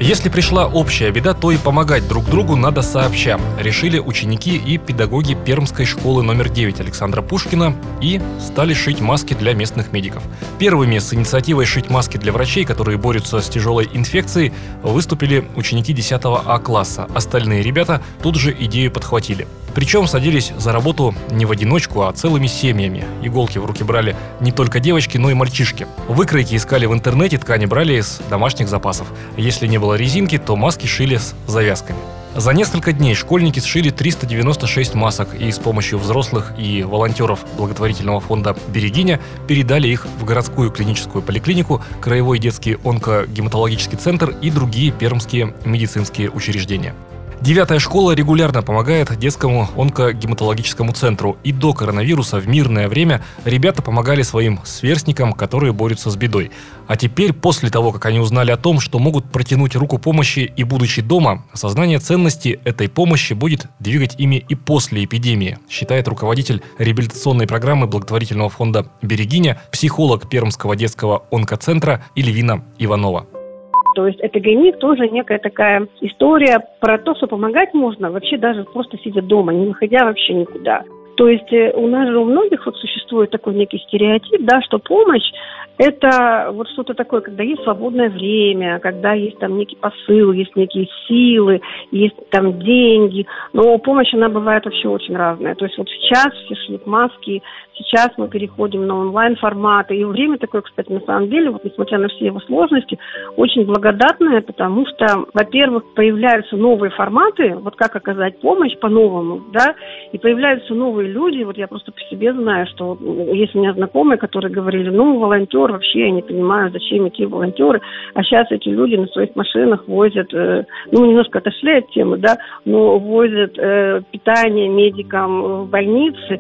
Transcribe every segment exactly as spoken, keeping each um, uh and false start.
Если пришла общая беда, то и помогать друг другу надо сообща, решили ученики и педагоги Пермской школы номер девять Александра Пушкина и стали шить маски для местных медиков. Первыми с инициативой шить маски для врачей, которые борются с тяжелой инфекцией, выступили ученики десятого А класса. Остальные ребята тут же идею подхватили. Причем садились за работу не в одиночку, а целыми семьями. Иголки в руки брали не только девочки, но и мальчишки. Выкройки искали в интернете, ткани брали из домашних запасов. Если не было резинки, то маски шили с завязками. За несколько дней школьники сшили триста девяносто шесть масок и с помощью взрослых и волонтеров благотворительного фонда «Берегиня» передали их в городскую клиническую поликлинику, краевой детский онкогематологический центр и другие пермские медицинские учреждения. Девятая школа регулярно помогает детскому онкогематологическому центру. И до коронавируса в мирное время ребята помогали своим сверстникам, которые борются с бедой. А теперь, после того, как они узнали о том, что могут протянуть руку помощи и будучи дома, осознание ценности этой помощи будет двигать ими и после эпидемии, считает руководитель реабилитационной программы благотворительного фонда «Берегиня», психолог Пермского детского онкоцентра Эльвина Иванова. То есть эпидемия тоже некая такая история про то, что помогать можно вообще даже просто сидя дома, не выходя вообще никуда. То есть у нас же у многих вот существует такой некий стереотип, да, что помощь – это вот что-то такое, когда есть свободное время, когда есть там некий посыл, есть некие силы, есть там деньги. Но помощь, она бывает вообще очень разная. То есть вот сейчас все шьют маски, сейчас мы переходим на онлайн-форматы. И время такое, кстати, на самом деле, вот несмотря на все его сложности, очень благодатное, потому что, во-первых, появляются новые форматы, вот как оказать помощь по-новому, да, и появляются новые люди. Вот я просто по себе знаю, что есть у меня знакомые, которые говорили, ну, волонтер, вообще я не понимаю, зачем идти волонтеры. А сейчас эти люди на своих машинах возят, э, ну, мы немножко отошли от темы, да, но возят э, питание медикам в больнице.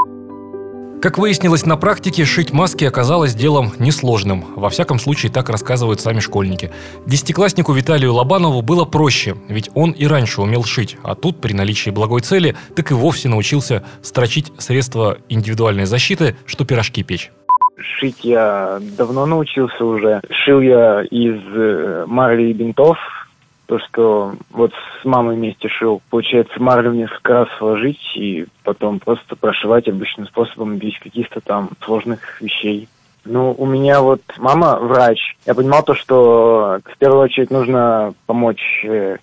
Как выяснилось на практике, шить маски оказалось делом несложным. Во всяком случае, так рассказывают сами школьники. Десятикласснику Виталию Лобанову было проще, ведь он и раньше умел шить. А тут, при наличии благой цели, так и вовсе научился строчить средства индивидуальной защиты, что пирожки печь. Шить я давно научился уже. Шил я из марли и бинтов. То, что вот с мамой вместе шил. Получается, марлю в несколько раз сложить и потом просто прошивать обычным способом без каких-то там сложных вещей. Ну, у меня вот мама врач. Я понимал то, что в первую очередь нужно помочь ей,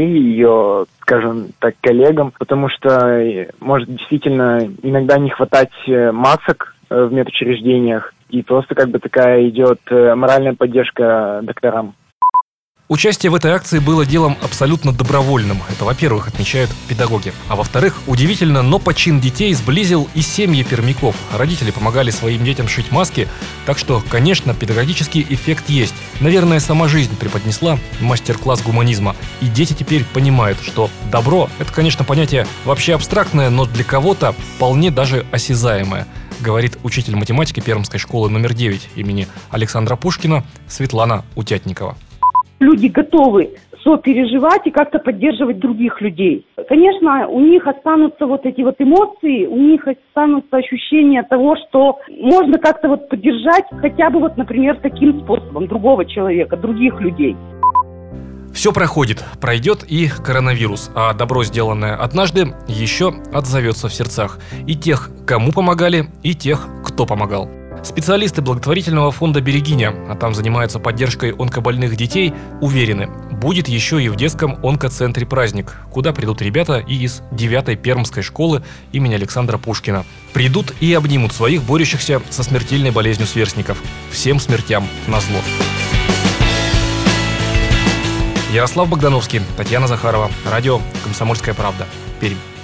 ее, скажем так, коллегам, потому что может действительно иногда не хватать масок в медучреждениях, и просто как бы такая идет моральная поддержка докторам. Участие в этой акции было делом абсолютно добровольным. Это, во-первых, отмечают педагоги. А во-вторых, удивительно, но почин детей сблизил и семьи пермяков. Родители помогали своим детям шить маски, так что, конечно, педагогический эффект есть. Наверное, сама жизнь преподнесла мастер-класс гуманизма. И дети теперь понимают, что добро – это, конечно, понятие вообще абстрактное, но для кого-то вполне даже осязаемое, говорит учитель математики Пермской школы номер девять имени Александра Пушкина Светлана Утятникова. Люди готовы сопереживать и как-то поддерживать других людей. Конечно, у них останутся вот эти вот эмоции, у них останутся ощущения того, что можно как-то вот поддержать хотя бы вот, например, таким способом другого человека, других людей. Все проходит, пройдет и коронавирус, а добро, сделанное однажды, еще отзовется в сердцах и тех, кому помогали, и тех, кто помогал. Специалисты благотворительного фонда «Берегиня», а там занимаются поддержкой онкобольных детей, уверены, будет еще и в детском онкоцентре праздник, куда придут ребята и из девятой Пермской школы имени Александра Пушкина. Придут и обнимут своих борющихся со смертельной болезнью сверстников. Всем смертям назло. Ярослав Богдановский, Татьяна Захарова, радио «Комсомольская правда», Пермь.